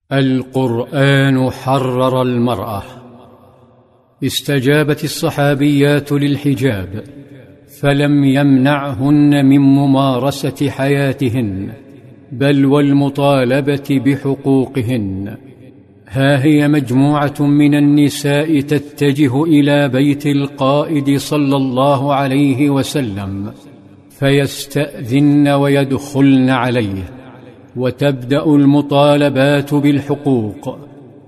القرآن حرر المرأة. استجابت الصحابيات للحجاب فلم يمنعهن من ممارسة حياتهن، بل والمطالبة بحقوقهن. ها هي مجموعة من النساء تتجه إلى بيت القائد صلى الله عليه وسلم فيستأذن ويدخلن عليه، وتبدأ المطالبات بالحقوق،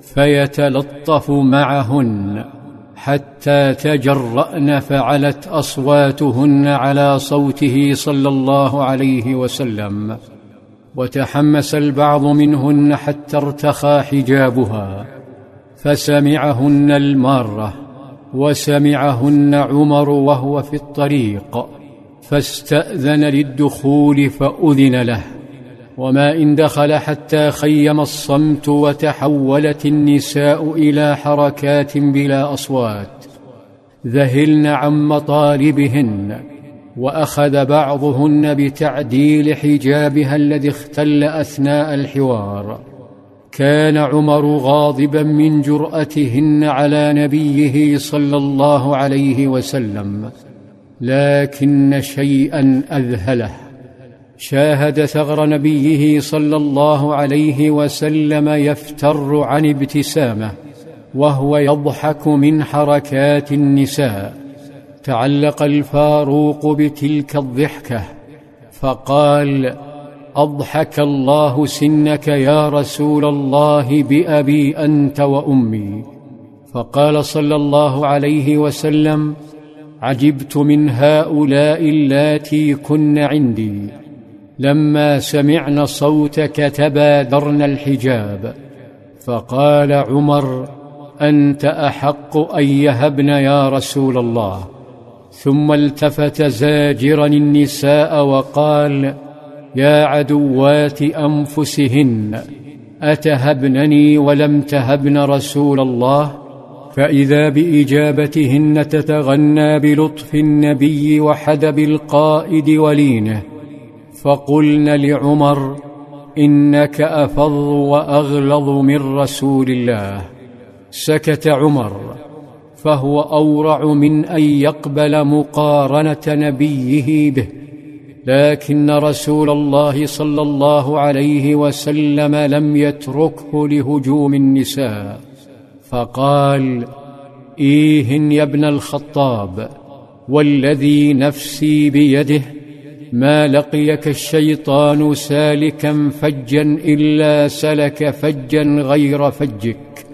فيتلطف معهن حتى تجرأن، فعلت أصواتهن على صوته صلى الله عليه وسلم، وتحمس البعض منهن حتى ارتخى حجابها، فسمعهن المارة وسمعهن عمر وهو في الطريق، فاستأذن للدخول فأذن له. وما إن دخل حتى خيم الصمت، وتحولت النساء إلى حركات بلا أصوات، ذهلن عن مطالبهن، وأخذ بعضهن بتعديل حجابها الذي اختل أثناء الحوار. كان عمر غاضبا من جرأتهن على نبيه صلى الله عليه وسلم، لكن شيئا أذهله، شاهد ثغر نبيه صلى الله عليه وسلم يفتر عن ابتسامه وهو يضحك من حركات النساء. تعلق الفاروق بتلك الضحكة فقال: أضحك الله سنك يا رسول الله بأبي أنت وأمي. فقال صلى الله عليه وسلم: عجبت من هؤلاء اللاتي كن عندي، لما سمعن صوتك تبادرن الحجاب. فقال عمر: أنت أحق أن يهبن يا رسول الله. ثم التفت زاجرا النساء وقال: يا عدوات أنفسهن، أتهبنني ولم تهبن رسول الله؟ فإذا بإجابتهن تتغنى بلطف النبي وحدب القائد ولينه، فقلن لعمر: إنك أفظ وأغلظ من رسول الله. سكت عمر، فهو أورع من أن يقبل مقارنة نبيه به، لكن رسول الله صلى الله عليه وسلم لم يتركه لهجوم النساء، فقال: إيه يا ابن الخطاب، والذي نفسي بيده ما لقيك الشيطان سالكا فجا إلا سلك فجا غير فجك.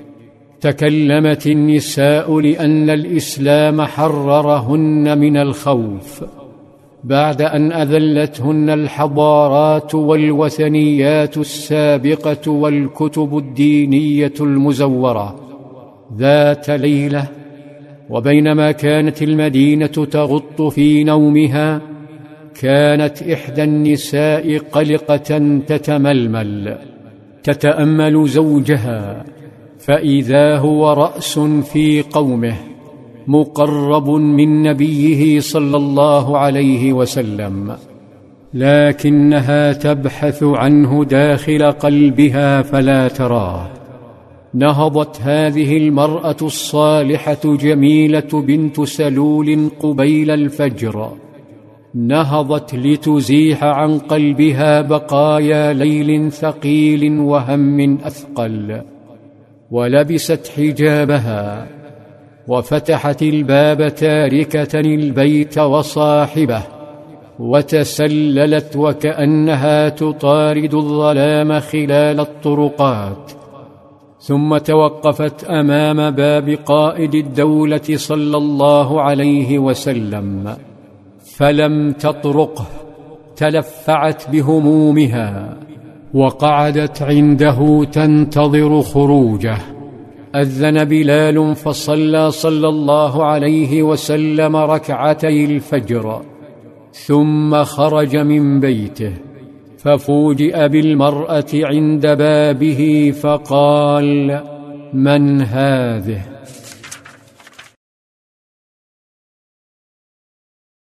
تكلمت النساء لأن الإسلام حررهن من الخوف بعد أن أذلتهن الحضارات والوثنيات السابقة والكتب الدينية المزورة. ذات ليلة، وبينما كانت المدينة تغط في نومها، كانت إحدى النساء قلقة تتململ تتأمل زوجها، فإذا هو رأس في قومه مقرب من نبيه صلى الله عليه وسلم، لكنها تبحث عنه داخل قلبها فلا تراه. نهضت هذه المرأة الصالحة جميلة بنت سلول قبيل الفجر، نهضت لتزيح عن قلبها بقايا ليل ثقيل وهم أثقل، ولبست حجابها وفتحت الباب تاركة البيت وصاحبه، وتسللت وكأنها تطارد الظلام خلال الطرقات، ثم توقفت أمام باب قائد الدولة صلى الله عليه وسلم، فلم تطرقه، تلفعت بهمومها وقعدت عنده تنتظر خروجه. أذن بلال فصلى صلى الله عليه وسلم ركعتي الفجر، ثم خرج من بيته، ففوجئ بالمرأة عند بابه فقال: من هذه؟